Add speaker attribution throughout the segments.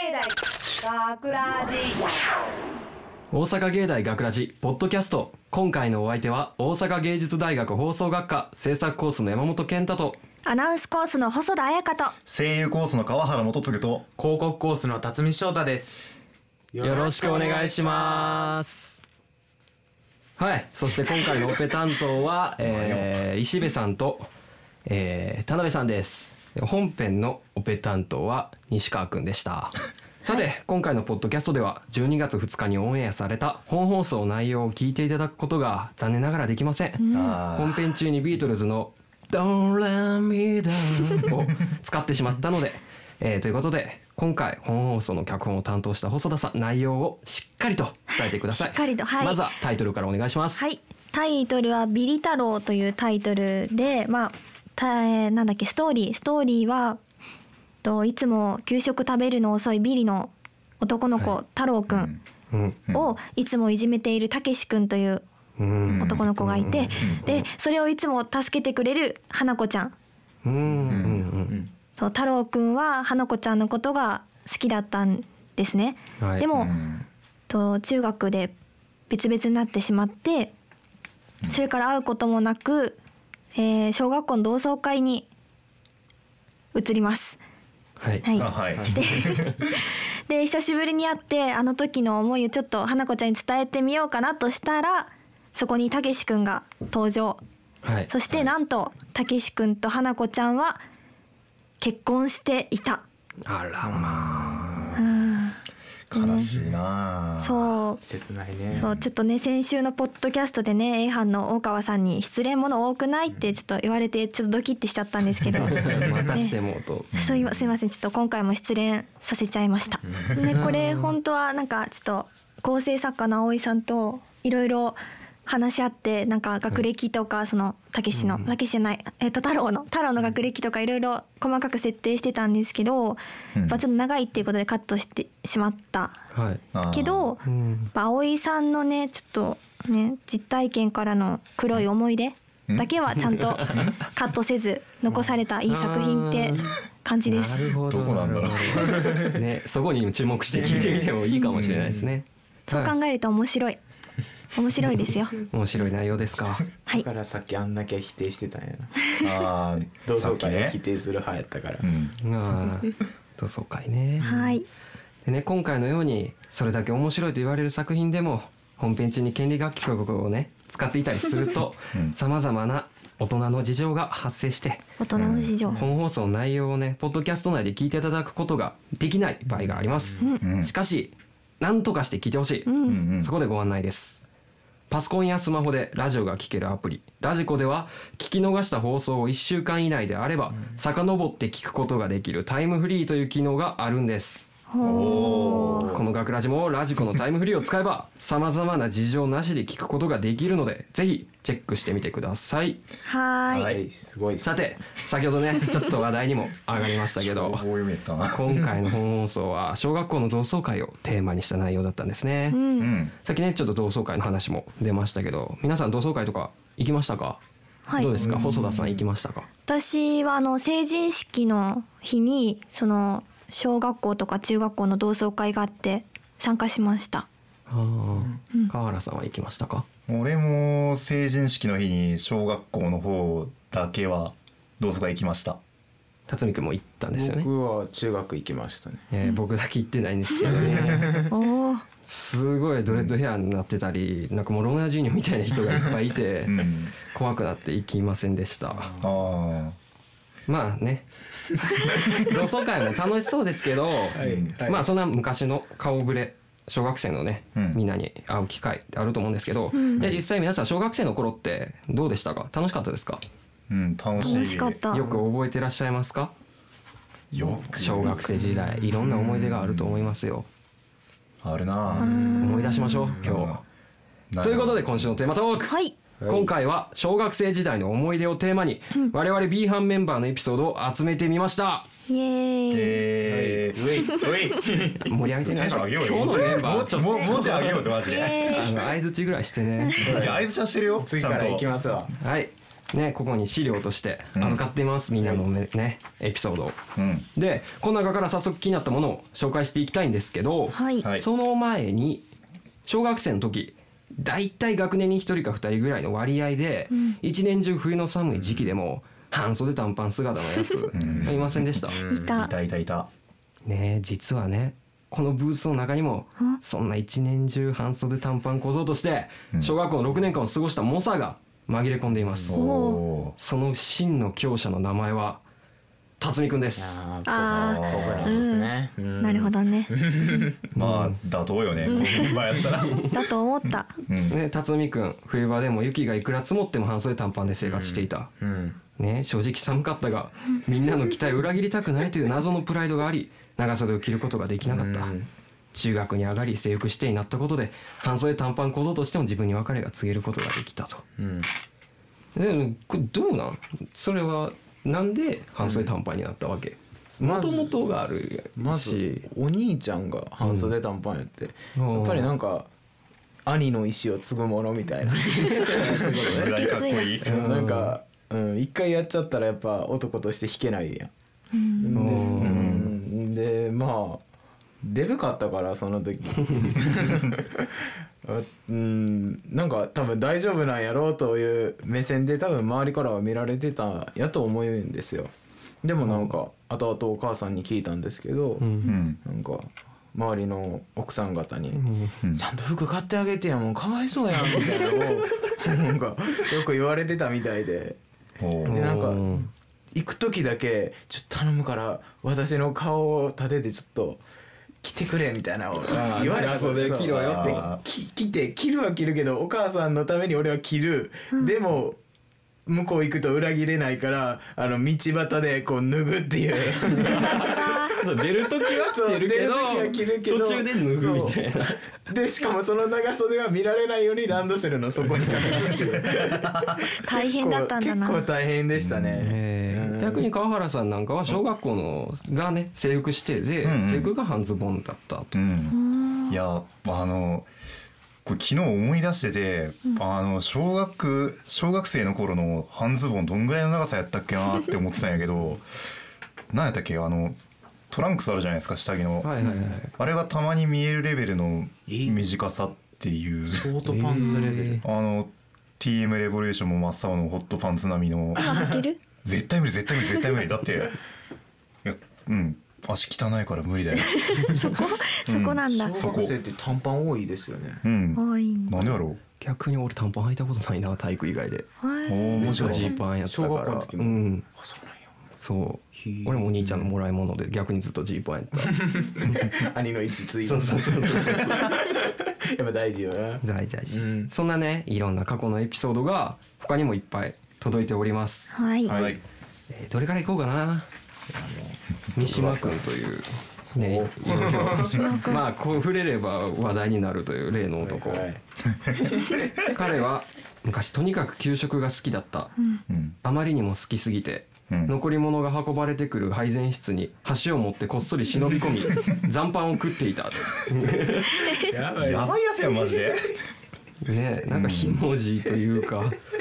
Speaker 1: 大学ラジ
Speaker 2: 大阪芸大学ラジポッドキャスト。今回のお相手は大阪芸術大学放送学科制作コースの山本健太と
Speaker 3: アナウンスコースの細田彩香と
Speaker 4: 声優コースの川原元次と
Speaker 5: 広告コースの辰巳翔太です。
Speaker 2: よろしくお願いします。はい、そして今回のオペ担当は、石部さんと、田辺さんです。本編のオペ担当は西川くんでした。さて、今回のポッドキャストでは12月2日にオンエアされた本放送内容を聞いていただくことが残念ながらできません。本編中にビートルズの Don't Let Me Down を使ってしまったので、ということで今回本放送の脚本を担当した細田さん、内容をしっかりと伝えてください。
Speaker 3: しっかりと、はい、
Speaker 2: まずはタイトルからお願いします。
Speaker 3: はい、タイトルはビリ太郎というタイトルで、なんだっけ、ストーリーはいつも給食食べるの遅いビリの男の子、はい、太郎くんをいつもいじめているたけしくんという男の子がいて、でそれをいつも助けてくれる花子ちゃん。そう、太郎くんは花子ちゃんのことが好きだったんですね、はい、でも、中学で別々になってしまって、それから会うこともなく、小学校の同窓会に移ります。はいはい、で久しぶりに会ってあの時の思いをちょっと花子ちゃんに伝えてみようかなとしたら、そこにたけしくんが登場、はい、そしてなんとたけしくんと花子ちゃんは結婚していた。
Speaker 2: あらまあ、
Speaker 4: 悲しいな、
Speaker 3: そう
Speaker 5: 切ないね。
Speaker 3: そう、ちょっとね、先週のポッドキャストでね、A 班の大川さんに失恋もの多くないってちょっと言われて、ちょっとドキッてしちゃったんですけど
Speaker 2: またしてもと、
Speaker 3: すいません、ちょっと今回も失恋させちゃいましたね。これ本当はなんかちょっと構成作家の葵さんといろいろ話し合って、なんか学歴とか、そのたけしじゃない、太郎の学歴とかいろいろ細かく設定してたんですけど、やっぱちょっと長いっていうことでカットしてしまった、けど、葵さんのね、ちょっとね、実体験からの黒い思い出だけはちゃんとカットせず残されたいい作品って感じです。
Speaker 2: なるほど、
Speaker 4: どこなんだろ
Speaker 2: うね、そこに注目して聞いてみてもいいかもしれないですね。
Speaker 3: そう考えると面白いですよ。
Speaker 2: 面白い内容ですか。
Speaker 3: はい、
Speaker 5: だからさっきあんだけ否定してたんや
Speaker 4: な。
Speaker 5: 同窓会を否定する派やったから、
Speaker 2: 同窓会ね。
Speaker 3: はい。
Speaker 2: でね、今回のようにそれだけ面白いと言われる作品でも本編中に権利楽曲をね使っていたりするとさまざまな大人の事情が発生して、本放送の内容をねポッドキャスト内で聞いていただくことができない場合があります、しかし何とかして聞いてほしい、そこでご案内です。パソコンやスマホでラジオが聴けるアプリラジコでは、聞き逃した放送を1週間以内であれば遡って聞くことができるタイムフリーという機能があるんです。この学ラジもラジコのタイムフリーを使えばさまざまな事情なしで聞くことができるので、ぜひチェックしてみてください。
Speaker 3: はい、
Speaker 5: すごい。
Speaker 2: さて、先ほどねちょっと話題にも上がりましたけど今回の本放送は小学校の同窓会をテーマにした内容だったんですね、さっきねちょっと同窓会の話も出ましたけど、皆さん同窓会とか行きましたか？はい、どうですか、細田さん行きましたか？
Speaker 3: 私は成人式の日にその小学校とか中学校の同窓会があって参加しました。川原さんは行きましたか？
Speaker 4: 俺も成人式の日に小学校の方だけは同窓会行きました。
Speaker 2: 辰巳君も行ったんですよね。
Speaker 5: 僕は中学行きましたね、
Speaker 2: 僕だけ行ってないんですけどねすごいドレッドヘアになってたり、なんかもうローナージュニアみたいな人がいっぱいいて、怖くなって行きませんでした。まあね同窓会も楽しそうですけど、まあそんな昔の顔ぶれ小学生のね、みんなに会う機会ってあると思うんですけど、で実際皆さん小学生の頃ってどうでしたか？楽しかったですか？
Speaker 4: 楽しかった。
Speaker 2: よく覚えてらっしゃいますか？小学生時代いろんな思い出があると思いますよ。
Speaker 4: あるな。
Speaker 2: 思い出しましょう今日。ということで今週のテーマトーク、今回は小学生時代の思い出をテーマに、我々 B 班メンバーのエピソードを集めてみました。
Speaker 3: イエ
Speaker 2: ーイ盛り上げてね。今日のメンバー
Speaker 4: 文字あげようってマジで。
Speaker 2: 相づちぐらいしてね。
Speaker 4: 相づちはしてるよ。
Speaker 5: 次からいきますわ。
Speaker 2: はい。 ね、ここに資料として預かっています、みんなのねエピソードを、でこの中から早速気になったものを紹介していきたいんですけど、その前に小学生の時だいたい学年に1人か2人ぐらいの割合で、一年中冬の寒い時期でも半袖短パン姿のやついませんでした？
Speaker 4: いた
Speaker 2: ね、実はねこのブースの中にもそんな一年中半袖短パン小僧として小学校の6年間を過ごした猛者が紛れ込んでいます。その真の強者の名前は辰巳くんです。
Speaker 5: 僕なんですね。
Speaker 3: なるほどね。
Speaker 4: まあ妥当よね。今やったら
Speaker 3: だと思った。
Speaker 2: ね、辰巳くん冬場でも雪がいくら積もっても半袖短パンで生活していた。ね、正直寒かったがみんなの期待を裏切りたくないという謎のプライドがあり長袖を着ることができなかった。中学に上がり制服指定になったことで半袖短パン小僧としても自分に別れが告げることができたと。でもこれどうなん？それはなんで半袖短パンになったわけ？もともとがあるし、
Speaker 5: まずお兄ちゃんが半袖短パンやって、やっぱりなんか兄の意思を継ぐものみたいな
Speaker 4: 無駄にかっこいい。
Speaker 5: なんか一回やっちゃったらやっぱ男として引けないやん。でまあデブかったからその時なんか多分大丈夫なんやろうという目線で多分周りからは見られてたやと思うんですよ。でもなんか後々お母さんに聞いたんですけど、なんか周りの奥さん方にちゃんと服買ってあげてやもうかわいそうやんみたいなのをなんかよく言われてたみたいで、なんか行く時だけちょっと頼むから私の顔を立ててちょっと着てくれみたいなのを言われた。
Speaker 2: 袖着ろよって
Speaker 5: 着て着るは着るけどお母さんのために俺は着る、でも向こう行くと裏切れないから道端でこう脱ぐっていう
Speaker 2: 出る時は着てるけど途中で脱ぐみたいな。
Speaker 5: でしかもその長袖は見られないようにランドセルの底にかけるっていう
Speaker 3: 大変だったんだな。
Speaker 5: 結構大変でしたね。
Speaker 2: 逆に川原さんなんかは小学校のがね制服指定で、制服が半ズボンだったと。
Speaker 4: いやこれ昨日思い出してて、小学生の頃の半ズボンどんぐらいの長さやったっけなって思ってたんやけど何やったっけトランクスあるじゃないですか下着の、あれがたまに見えるレベルの短さっていう
Speaker 5: ショートパンツレベル、
Speaker 4: TM レボリューションも真っ青のホットパンツ並みの
Speaker 3: 履ける？
Speaker 4: 絶対無理だっていや足汚いから無理だよ
Speaker 3: そこなんだ。
Speaker 5: 小学生って短パン多いですよね。
Speaker 3: 多い。
Speaker 4: なんでやろう。
Speaker 2: 逆に俺短パン履いたことないな、体育以外で。
Speaker 4: もしか
Speaker 2: ジーパンやったから。
Speaker 5: 小学校の時も。そうなんや。
Speaker 2: そう俺もお兄ちゃんのもらい物で逆にずっとジーパンやった
Speaker 5: 兄の意思ついて
Speaker 2: そう
Speaker 5: やっぱ大事よな。
Speaker 2: 大事、そんなねいろんな過去のエピソードが他にもいっぱい届いております。どれからいこうかな。三島くんというね、いろいろまあこう触れれば話題になるという例の男、彼は昔とにかく給食が好きだった、あまりにも好きすぎて、残り物が運ばれてくる配膳室に箸を持ってこっそり忍び込み残飯を食っていた
Speaker 4: やばいやつやマジで
Speaker 2: ね、なんかひもじいというか、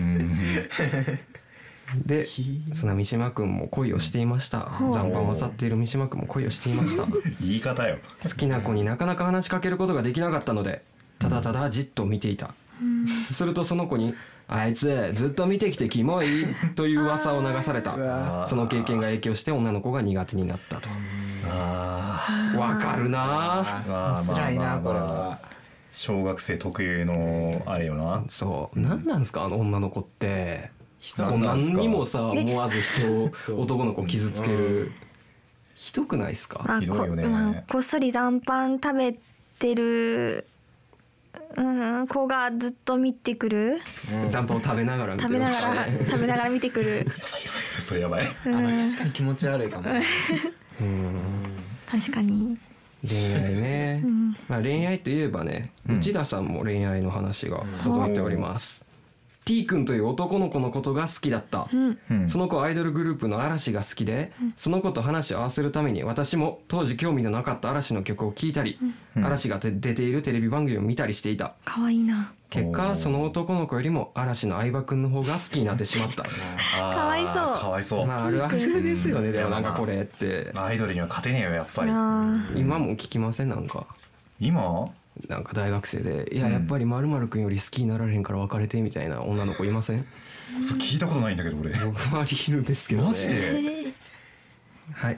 Speaker 2: でその三島くんも恋をしていました。残飯を漁っている三島くんも恋をしていました。
Speaker 4: 言い方よ。
Speaker 2: 好きな子になかなか話しかけることができなかったのでただただじっと見ていた。するとその子にあいつずっと見てきてキモいという噂を流された。その経験が影響して女の子が苦手になったと。わかるな。
Speaker 5: 辛いなこれは。
Speaker 4: 小学生特有のあれよな。
Speaker 2: そうなんなんですかあの女の子って。何にもさ思わず人を男の子を傷つける。ひどくないですか。
Speaker 4: ひどいよね。
Speaker 3: こっそり残飯食べてる子がずっと見てくる。
Speaker 2: 残飯を食べながら見てる。
Speaker 3: 食べながら見てくる。
Speaker 4: やばいそれやばい。
Speaker 5: 確かに気持ち悪いかも。
Speaker 3: 確かに。
Speaker 2: 恋愛ね、恋愛といえばね、内田さんも恋愛の話が届いております。 T 君という男の子のことが好きだった、
Speaker 3: うん、
Speaker 2: その子はアイドルグループの嵐が好きで、その子と話を合わせるために私も当時興味のなかった嵐の曲を聴いたり、嵐が出ているテレビ番組を見たりしていた。
Speaker 3: かわいいな。
Speaker 2: 結果その男の子よりも嵐の相葉くんの方が好きになってしまった。
Speaker 3: かわいそう。
Speaker 4: かわいそう。
Speaker 2: まああるあるですよね。でもなんかこれって
Speaker 4: アイドルには勝てねえよやっぱり。
Speaker 2: 今も聞きません？なんか
Speaker 4: 今
Speaker 2: なんか大学生で、いややっぱり〇〇くんより好きになられへんから別れてみたいな女の子いません？
Speaker 4: そう聞いたことないんだけど俺。
Speaker 2: 僕はいるんですけどね。
Speaker 4: マジで？
Speaker 2: はい。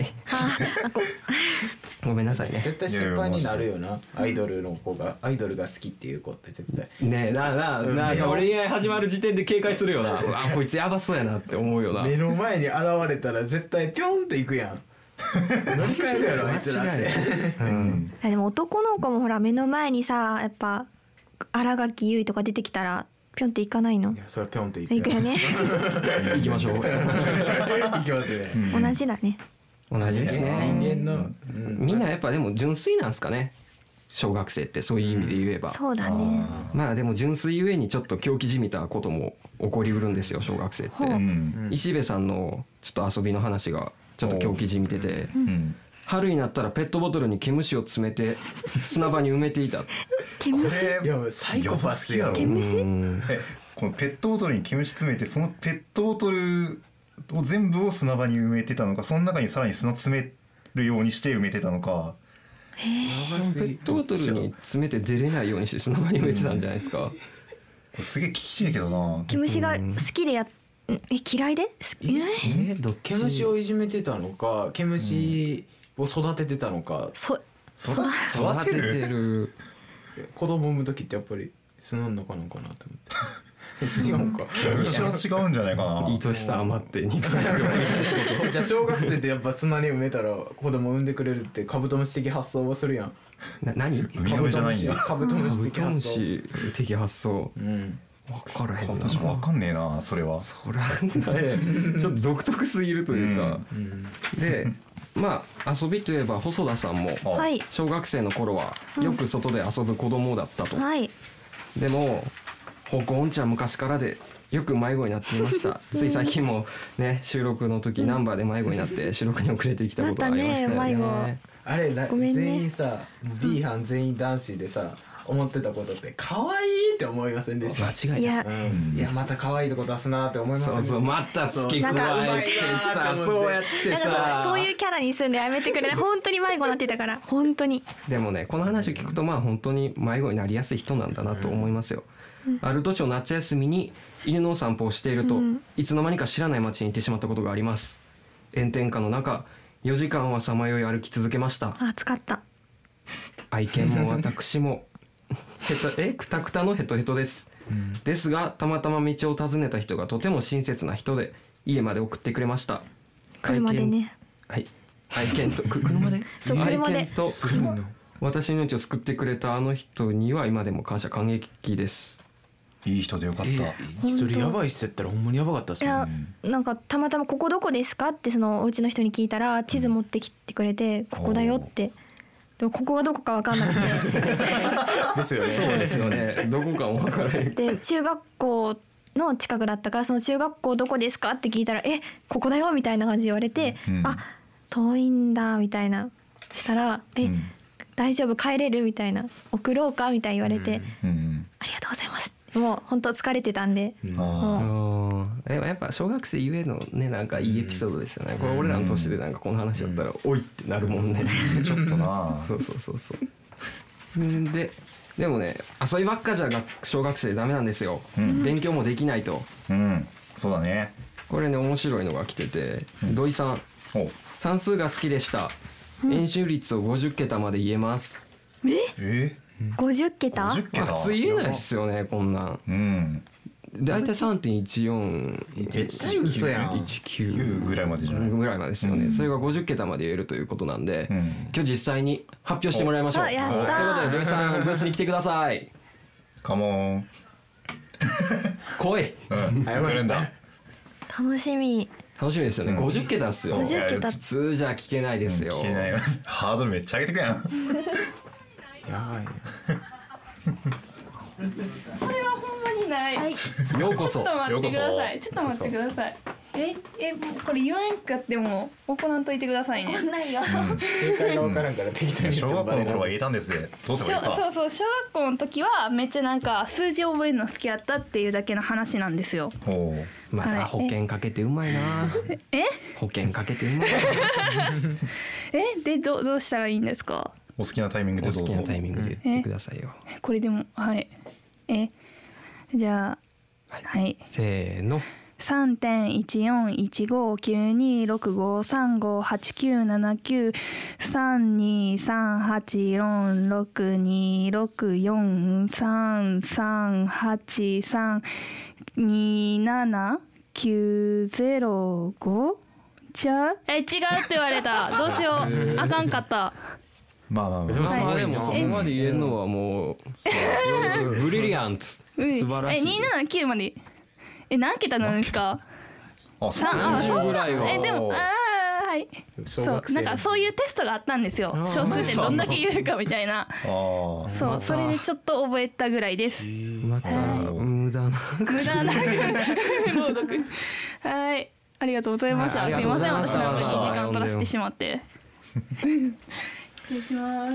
Speaker 2: ごめんなさいね。
Speaker 5: 絶対心配になるよな。アイドルの子がアイドルが好きっていう子って絶対。
Speaker 2: ねえなんか恋愛始まる時点で警戒するよな。あこいつやばそうやなって思うよな。
Speaker 5: 目の前に現れたら絶対ピョンっていくやん。乗り換えるやろあいつらって。
Speaker 3: でも男の子もほら目の前にさやっぱ新垣結衣とか出てきたらピョンっていかないの？
Speaker 5: いやそれピョンっていく。
Speaker 3: いくよね。
Speaker 2: 行きましょう。
Speaker 5: 行きますね。
Speaker 3: 同じだね。
Speaker 2: 同じですね。
Speaker 5: 人間の、
Speaker 2: みんなやっぱでも純粋なんすかね。小学生ってそういう意味で言えば。
Speaker 3: そうだね。
Speaker 2: まあでも純粋ゆえにちょっと狂気じみたことも起こりうるんですよ小学生って。石部さんのちょっと遊びの話がちょっと狂気じみてて、春になったらペットボトルに毛虫を詰めて砂場に埋めていた。
Speaker 3: 毛虫？
Speaker 5: いやサイコパスやろ。
Speaker 3: 毛虫？
Speaker 4: このペットボトルに毛虫詰めてそのペットボトルを全部を砂場に埋めてたのか、その中にさらに砂詰めるようにして埋めてたのか。
Speaker 2: ペットボトルに詰めて出れないようにして砂場に埋めてたんじゃないですか。
Speaker 4: すげえ聞きたいけどな。
Speaker 3: 毛虫が好きで嫌いで？
Speaker 5: 毛虫をいじめてたのか毛虫を育ててたのか。
Speaker 2: 育ててる。
Speaker 5: 子供産む時ってやっぱり砂の中なんかなと思って。違うんか。
Speaker 4: 虫は違うんじゃないかな。
Speaker 2: 愛しさ余って肉体がみたいなこと。
Speaker 5: じゃあ小学生ってやっぱ砂に埋めたら子供産んでくれるってカブトムシ的発想をするやん。
Speaker 2: 何？
Speaker 4: 見た目じゃないんだ。
Speaker 5: カブトムシ的発想。
Speaker 2: 的発想。分からへんな。
Speaker 4: 分かんねえなそれは。
Speaker 2: それはねちょっと独特すぎるというか。でまあ遊びといえば細田さんも小学生の頃はよく外で遊ぶ子供だったと。でも方向音痴は昔からでよく迷子になっていました。つい最近もね収録の時ナンバーで迷子になって収録に遅れてきたことがありましたよね。
Speaker 5: あれ全員さ B 班全員男子でさ思ってたことって可愛いって思いませんでした？
Speaker 2: 間違いない。
Speaker 5: いやまた可愛いとこ出すなって思いませんでした？
Speaker 2: そうまた付け加えてさそうやってさ
Speaker 3: そういうキャラにすんでやめてくれ。本当に迷子になってたから本当に。
Speaker 2: でもねこの話を聞くとまあ本当に迷子になりやすい人なんだなと思いますよ。ある年の夏休みに犬の散歩をしていると、いつの間にか知らない町に行ってしまったことがあります。炎天下の中4時間はさまよい歩き続けました。
Speaker 3: 暑かった。
Speaker 2: 愛犬も私もくたくたのヘトヘトです、ですがたまたま道を尋ねた人がとても親切な人で家まで送ってくれました。
Speaker 3: 車でね。
Speaker 2: はい愛犬と車で愛犬と私の命を救ってくれたあの人には今でも感謝感激です。
Speaker 4: いい人でよかった。
Speaker 5: それやばいっすやったらほんまにやばかったっすね。
Speaker 3: いやなんかたまたまここどこですかってそのお家の人に聞いたら地図持ってきてくれて、ここだよって。でもここがどこか分かんなくて
Speaker 5: ですよね。
Speaker 2: そうですよね。どこかも分からへん。
Speaker 3: で中学校の近くだったからその中学校どこですかって聞いたらここだよみたいな感じで言われて、あ遠いんだみたいなしたら大丈夫帰れるみたいな送ろうかみたいに言われて、ありがとうございますもう本当疲れてたんで、
Speaker 2: でもやっぱ小学生ゆえのねなんかいいエピソードですよね。これ俺らの年でなんかこの話だったらおいってなるもんね。
Speaker 4: ちょっとな。
Speaker 2: そうでもね遊びばっかじゃ小学生ダメなんですよ、勉強もできないと。
Speaker 4: そうだね。
Speaker 2: これね面白いのが来てて、土井さん算数が好きでした、円周率を50桁まで言えます。
Speaker 3: 50桁
Speaker 2: 普通言えないっすよねこんなん。だいたい 3.14
Speaker 5: 嘘やん
Speaker 4: 19ぐらいまでじゃない
Speaker 2: ぐらいまでですよね、それが50桁まで言えるということなんで、今日実際に発表してもらいましょう。ということで土井さんブースに来てください。
Speaker 4: カモン
Speaker 2: 来い。
Speaker 4: 来るんだ。
Speaker 3: 楽しみ
Speaker 2: ですよね。50桁っすよ。
Speaker 3: 50桁
Speaker 2: 普通じゃ聞けないですよ。
Speaker 4: 聞けないよ。ハードルめっちゃ上げてくやん。
Speaker 5: やばいね。
Speaker 3: これはほんまに
Speaker 1: はい、
Speaker 2: ようこそ。
Speaker 1: ちょっと待ってください。ちょっと待ってください。これ言わんかっても行わんといてくださいね。
Speaker 3: ないよ。
Speaker 5: 正解が分からんから適当に。
Speaker 4: 小学校の頃は言えたんですね。どうすればいいさ。
Speaker 1: そうそう、小学校の時はめっちゃなんか数字覚えるの好きやったっていうだけの話なんですよ。
Speaker 2: また保険かけてうまいな。保険かけてうまいな。
Speaker 1: でどうしたらいいんですか。
Speaker 4: お好きなタイミングでどうぞ。
Speaker 2: お好きなタイミングで言ってくださいよ。
Speaker 1: これでもはい。じゃあはい。
Speaker 2: せーの。
Speaker 1: 3.1415962352638278327905違うって言われた。どうしよう。あかんかった。
Speaker 4: まあ
Speaker 2: でもそこまで言えるのはもうブリリアント。素晴らしい。
Speaker 1: 279まで何桁なんですか。
Speaker 2: 30ぐらいは。
Speaker 1: でもはい。そうなんかそういうテストがあったんですよ。小数点どんだけ言えるかみたいな。そうそれでちょっと覚えたぐらいです。
Speaker 2: また無駄な朗
Speaker 1: 読。はい。ありがとうございました。すいません、私なんかに時間取らせてしまって。失礼します。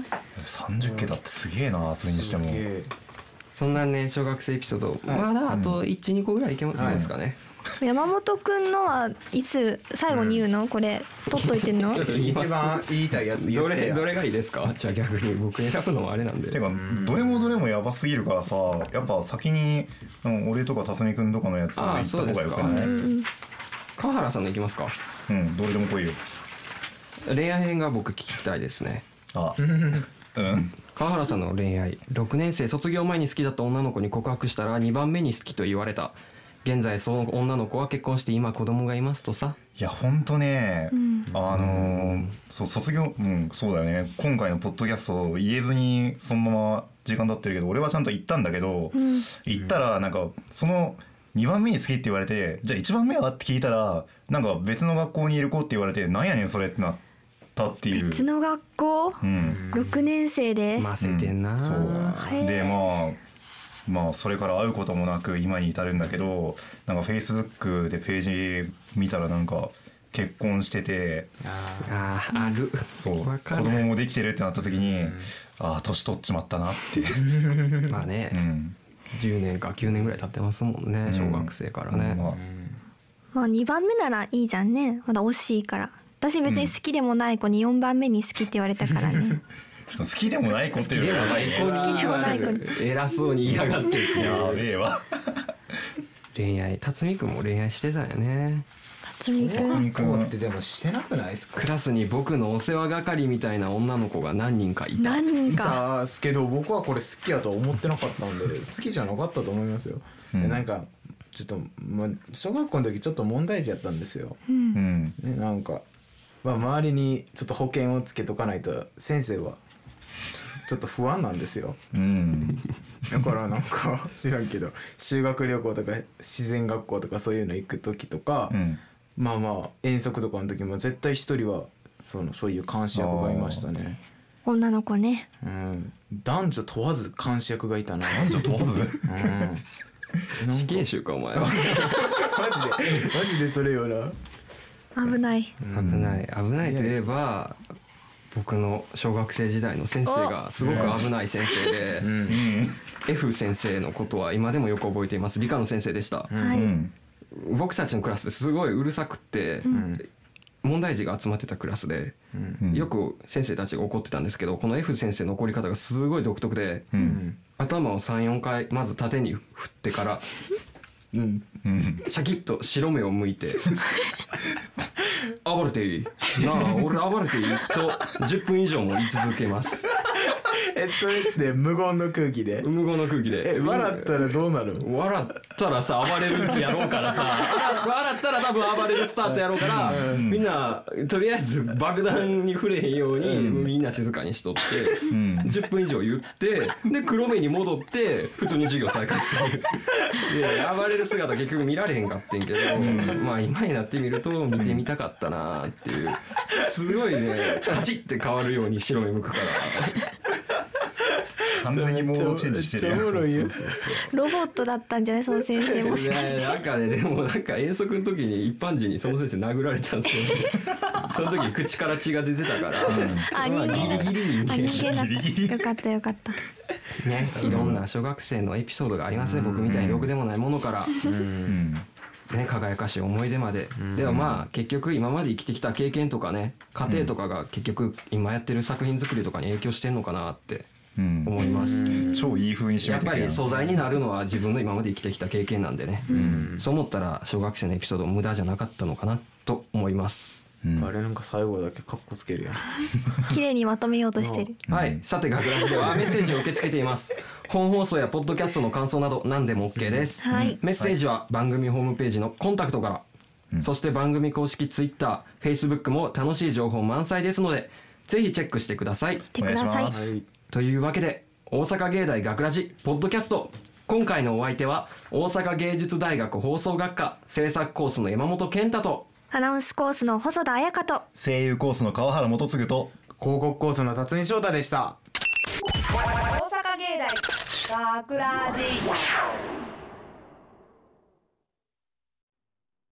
Speaker 4: 30桁ってすげえな、それにしても。
Speaker 2: そんなね、小学生エピソードまだあと 1,2 個ぐらいいけますですかね。
Speaker 3: 山本くんのはいつ最後に言うの？これ取っといてんの？
Speaker 5: 一番言いたいやつ言ってや。
Speaker 2: どれがいいですか？じゃあ逆に僕選ぶのはあれなんで。
Speaker 4: てかどれもやばすぎるからさ、やっぱ先に俺とか辰巳くんとかのやつ言った方がよくない？
Speaker 2: 川原さんのいきますか？
Speaker 4: どれでも来いよ。
Speaker 2: 恋愛編が僕聞きたいですね。川原さんの恋愛。6年生卒業前に好きだった女の子に告白したら2番目に好きと言われた。現在その女の子は結婚して今子供がいますとさ。
Speaker 4: いやほんとね、そう卒業、そうだよね。今回のポッドキャスト言えずにそのまま時間経ってるけど、俺はちゃんと言ったんだけど、言ったらなんかその2番目に好きって言われて、じゃあ1番目はって聞いたらなんか別の学校にいる子って言われて、なんやねんそれってなったっていう。
Speaker 3: 別の学校、6年生で
Speaker 2: ませてんな。
Speaker 4: そうでまあそれから会うこともなく今に至るんだけど、なんかフェイスブックでページ見たらなんか結婚してて、
Speaker 2: ある。
Speaker 4: そう子供もできてるってなった時に、年取っちまったなって
Speaker 2: まあね、10年か9年ぐらい経ってますもんね、小学生からね。
Speaker 3: まあ2番目ならいいじゃんね。まだ惜しいから。私別に好きでもない子に4番目に好きって言われたからね。
Speaker 4: しかも好きでもない子っていうのは
Speaker 3: 好きでもない子に
Speaker 2: 偉そうに言いやがって。
Speaker 4: やべえわ。
Speaker 2: 恋愛、辰巳くんも恋愛してたよね。
Speaker 3: 辰巳く
Speaker 5: んってでもしてなくないですか？
Speaker 2: クラスに僕のお世話係みたいな女の子が何人かいた。
Speaker 3: 何人か。
Speaker 5: ですけど僕はこれ好きやとは思ってなかったんで好きじゃなかったと思いますよ。なんかちょっと小学校の時ちょっと問題児やったんですよ。なんか周りにちょっと保険をつけとかないと先生はちょっと不安なんですよ。だからなんか知らんけど修学旅行とか自然学校とかそういうの行く時とか、遠足とかの時も絶対一人はそういう監視役がいましたね。
Speaker 3: 女の子ね。
Speaker 5: 男女問わず監視役がいたな。
Speaker 4: 男女問わず？
Speaker 2: 死刑囚かお前は。マ
Speaker 5: ジでそれよな。
Speaker 3: 危ない。
Speaker 2: 危ないといえば。僕の小学生時代の先生がすごく危ない先生で、F 先生のことは今でもよく覚えています。理科の先生でした。僕たちのクラスですごいうるさくって、問題児が集まってたクラスで、よく先生たちが怒ってたんですけど、この F 先生の怒り方がすごい独特で、頭を 3,4 回まず縦に振ってからシャキッと白目を向いて暴れていいなあ、俺暴れていいと10分以上も言い続けます。
Speaker 5: それって無言の空気で笑ったらどうなる？
Speaker 2: 笑ったらさ暴れるやろうからさ笑ったら多分暴れるスタートやろうから、みんなとりあえず爆弾に触れへんように、みんな静かにしとって、10分以上言ってで黒目に戻って普通に授業再開する。で暴れる姿結局見られへんかってんけど、まあ今になってみると見てみたかったなっていう、すごいねカチッて変わるように白目向くから。
Speaker 4: 完全にモードチェンジしてるやん。
Speaker 3: ロボットだったんじゃないその先生、もしかして。
Speaker 2: なんかね、でもなんか遠足の時に一般人にその先生殴られたんですよ、その時口から血が出てたから、
Speaker 3: あ、人間
Speaker 2: ギリギリ人間
Speaker 3: だった。よかったよかった
Speaker 2: ね、いろんな小学生のエピソードがありますね、僕みたいにろくでもないものからね、輝かしい思い出まで。でもまあ結局今まで生きてきた経験とかね、家庭とかが結局今やってる作品作りとかに影響してんのかなって思います。
Speaker 4: 超いい風に締めてくれる。
Speaker 2: やっぱり素材になるのは自分の今まで生きてきた経験なんでね、そう思ったら小学生のエピソード無駄じゃなかったのかなと思います。
Speaker 5: あれなんか最後だけカッコつけるやん。
Speaker 3: 綺麗にまとめようとしてる。
Speaker 2: はい、さて学ラジではメッセージを受け付けています。本放送やポッドキャストの感想など何でも OK です、
Speaker 3: はい、
Speaker 2: メッセージは番組ホームページのコンタクトから、そして番組公式 Twitter、Facebook も楽しい情報満載ですのでぜひチェックしてください。
Speaker 3: してください。
Speaker 2: というわけで大阪芸大学ラジポッドキャスト、今回のお相手は大阪芸術大学放送学科制作コースの山本健太と
Speaker 3: アナウンスコースの細田彩香と
Speaker 4: 声優コースの川原元次と
Speaker 5: 広告コースの辰巳翔太でした。
Speaker 1: 大阪芸大学ラジ